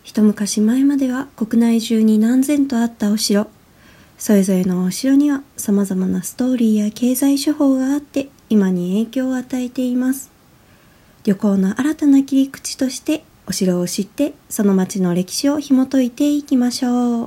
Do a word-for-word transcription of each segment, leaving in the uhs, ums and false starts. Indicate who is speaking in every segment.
Speaker 1: 一昔前までは国内中に何千とあったお城。それぞれのお城には様々なストーリーや経済手法があって今に影響を与えています。旅行の新たな切り口としてお城を知ってその町の歴史を紐解いていきましょう。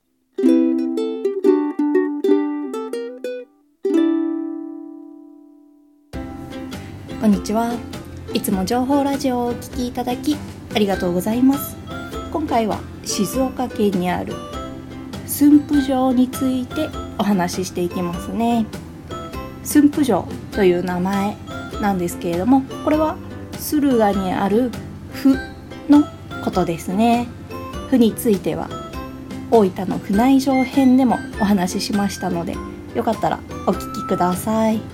Speaker 1: こんにちは。いつも情報ラジオをお聞きいただきありがとうございます。今回は静岡県にある駿府城についてお話ししていきますね。駿府城という名前なんですけれども、これは駿河にある府のことですね。府については大分の府内城編でもお話ししましたので、よかったらお聞きください。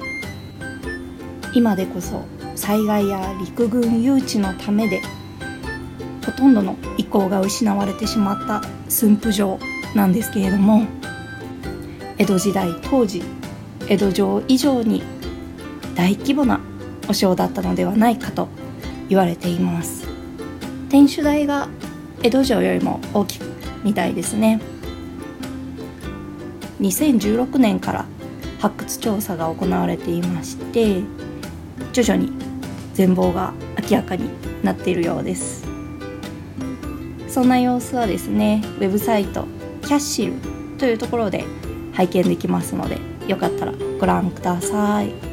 Speaker 1: 今でこそ災害や陸軍誘致のためでほとんどの遺構が失われてしまった駿府城なんですけれども、江戸時代当時江戸城以上に大規模なお城だったのではないかと言われています。天守台が江戸城よりも大きくみたいですね。にせんじゅうろくねんから発掘調査が行われていまして、徐々に全貌が明らかになっているようです。そんな様子はですね、ウェブサイトキャッシルというところで拝見できますので、よかったらご覧ください。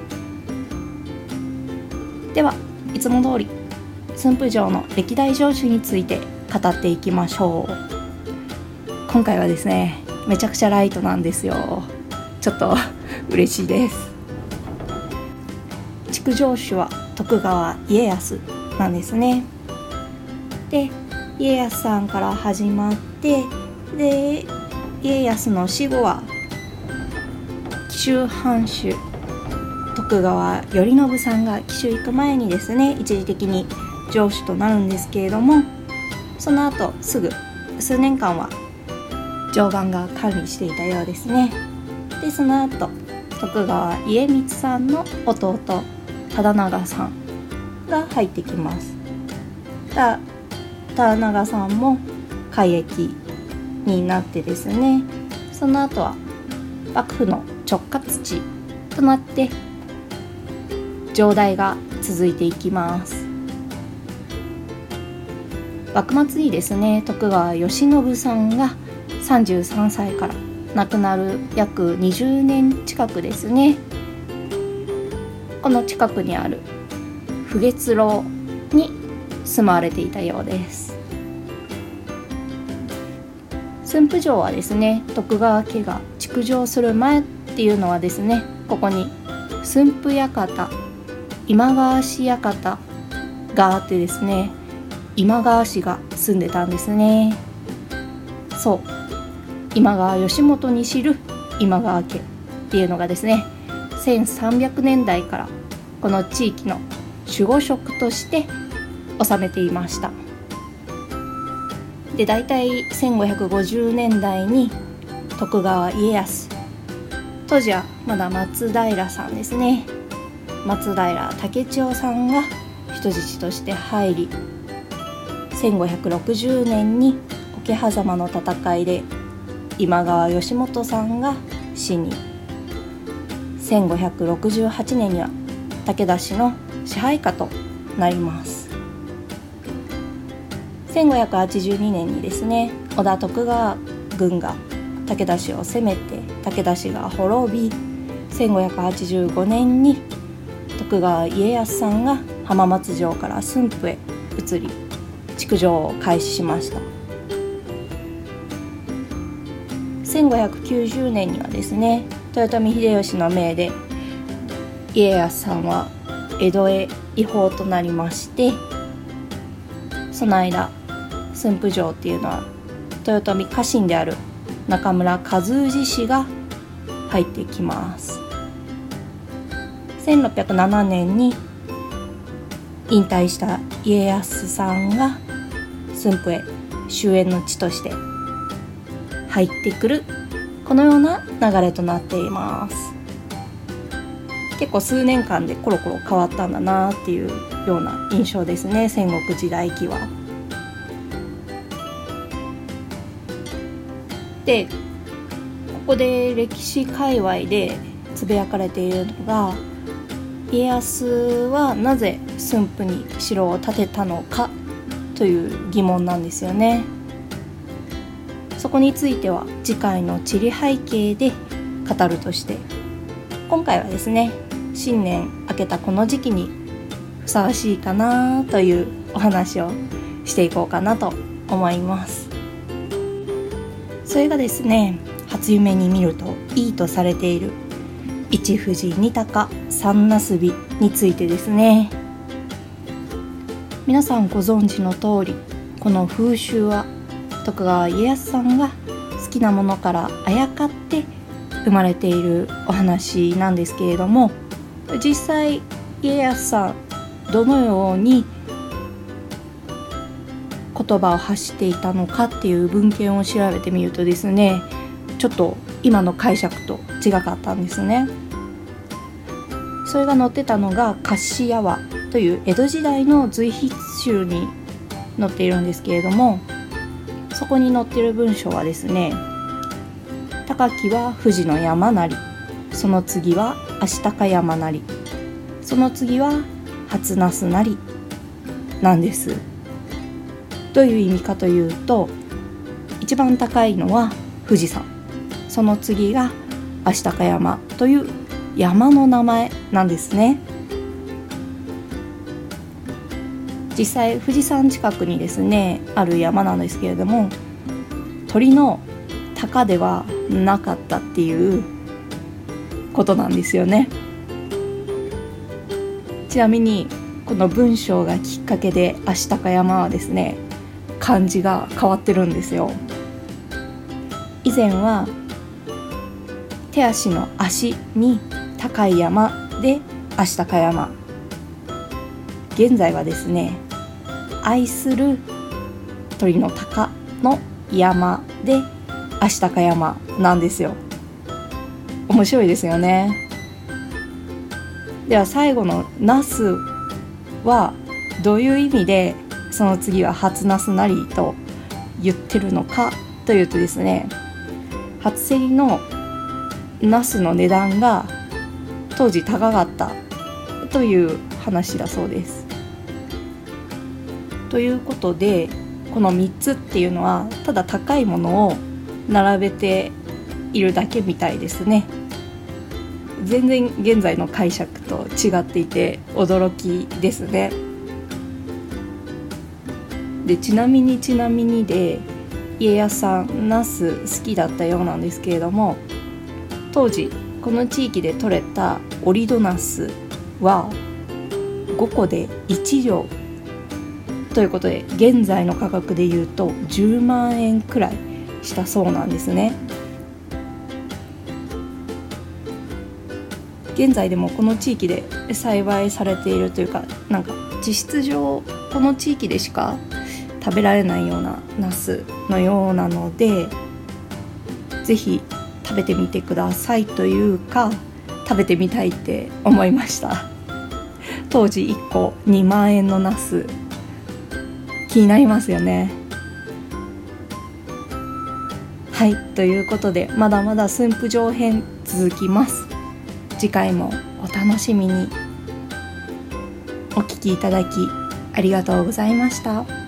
Speaker 1: ではいつも通り駿府城の歴代城主について語っていきましょう。今回はですね、めちゃくちゃライトなんですよ。ちょっと嬉しいです。築城主は徳川家康なんですね。で家康さんから始まって、で家康の死後は紀州藩主徳川頼信さんが紀州行く前にですね、一時的に城主となるんですけれども、その後すぐ数年間は常磐が管理していたようですね。でその後徳川家光さんの弟忠長さんが入ってきます。だ忠長さんも改易になってですね、その後は幕府の直轄地となって城代が続いていきます。幕末にですね、徳川慶喜さんがさんじゅうさんさいから亡くなる約にじゅうねん近くですね、この近くにある浮月楼に住まわれていたようです。駿府城はですね、徳川家が築城する前っていうのはですね、ここに駿府館、今川氏館があってですね、今川氏が住んでたんですね。そう、今川義元に知る今川家っていうのがですね、せんさんびゃくねんだいからこの地域の守護職として治めていました。で、だいたいせんごひゃくごじゅうねんだいに徳川家康、当時はまだ松平さんですね、松平竹千代さんが人質として入り、せんごひゃくろくじゅうねんに桶狭間の戦いで今川義元さんが死に、せんごひゃくろくじゅうはちねんには武田氏の支配下となります。せんごひゃくはちじゅうにねんにですね、織田徳川軍が武田氏を攻めて武田氏が滅び、せんごひゃくはちじゅうごねんに徳川家康さんが浜松城から駿府へ移り築城を開始しました。せんごひゃくきゅうじゅうねんにはですね、豊臣秀吉の命で家康さんは江戸へ移放となりまして、その間駿府城っていうのは豊臣家臣である中村和氏氏が入ってきます。せんろっぴゃくななねんに引退した家康さんが駿府へ終焉の地として入ってくる、このような流れとなっています。結構数年間でコロコロ変わったんだなっていうような印象ですね、戦国時代期は。 でここで歴史界隈でつぶやかれているのが、家康はなぜ駿府に城を建てたのかという疑問なんですよね。そこについては次回の地理背景で語るとして、今回はですね、新年明けたこの時期にふさわしいかなというお話をしていこうかなと思います。それがですね、初夢に見るといいとされている一富士二鷹三なすびについてですね。皆さんご存知の通り、この風習は徳川家康さんが好きなものからあやかって生まれているお話なんですけれども、実際家康さんどのように言葉を発していたのかっていう文献を調べてみるとですね、ちょっと今の解釈と違かったんですね。それが載ってたのが甲子屋話という江戸時代の随筆集に載っているんですけれども、そこに載っている文章はですね、高きは富士の山なり、その次は足高山なり、その次は初那須なりなんです。どういう意味かというと、一番高いのは富士山、その次が足高山という山の名前なんですね。実際富士山近くにですねある山なんですけれども、鳥の鷹ではなかったっていうことなんですよね。ちなみにこの文章がきっかけで足高山はですね、漢字が変わってるんですよ。以前は手足の足に高い山で足高山、現在はですね、愛する鳥の鷹の山で足高山なんですよ。面白いですよね。では最後の那須はどういう意味でその次は初那須なりと言ってるのかというとですね、初競りのナスの値段が当時高かったという話だそうです。ということで、このみっつっていうのはただ高いものを並べているだけみたいですね。全然現在の解釈と違っていて驚きですね。で、ちなみにちなみにで家康さんナス好きだったようなんですけれども、当時この地域で採れたオリドナスはごこでいち両ということで、現在の価格でいうとじゅうまんえんくらいしたそうなんですね。現在でもこの地域で栽培されているというか、なんか実質上この地域でしか食べられないようなナスのようなので、ぜひ食べてみてくださいというか、食べてみたいって思いました。当時いっこにまんえんのナス、気になりますよね。はい、ということでまだまだ駿府城編続きます。次回もお楽しみに。お聞きいただきありがとうございました。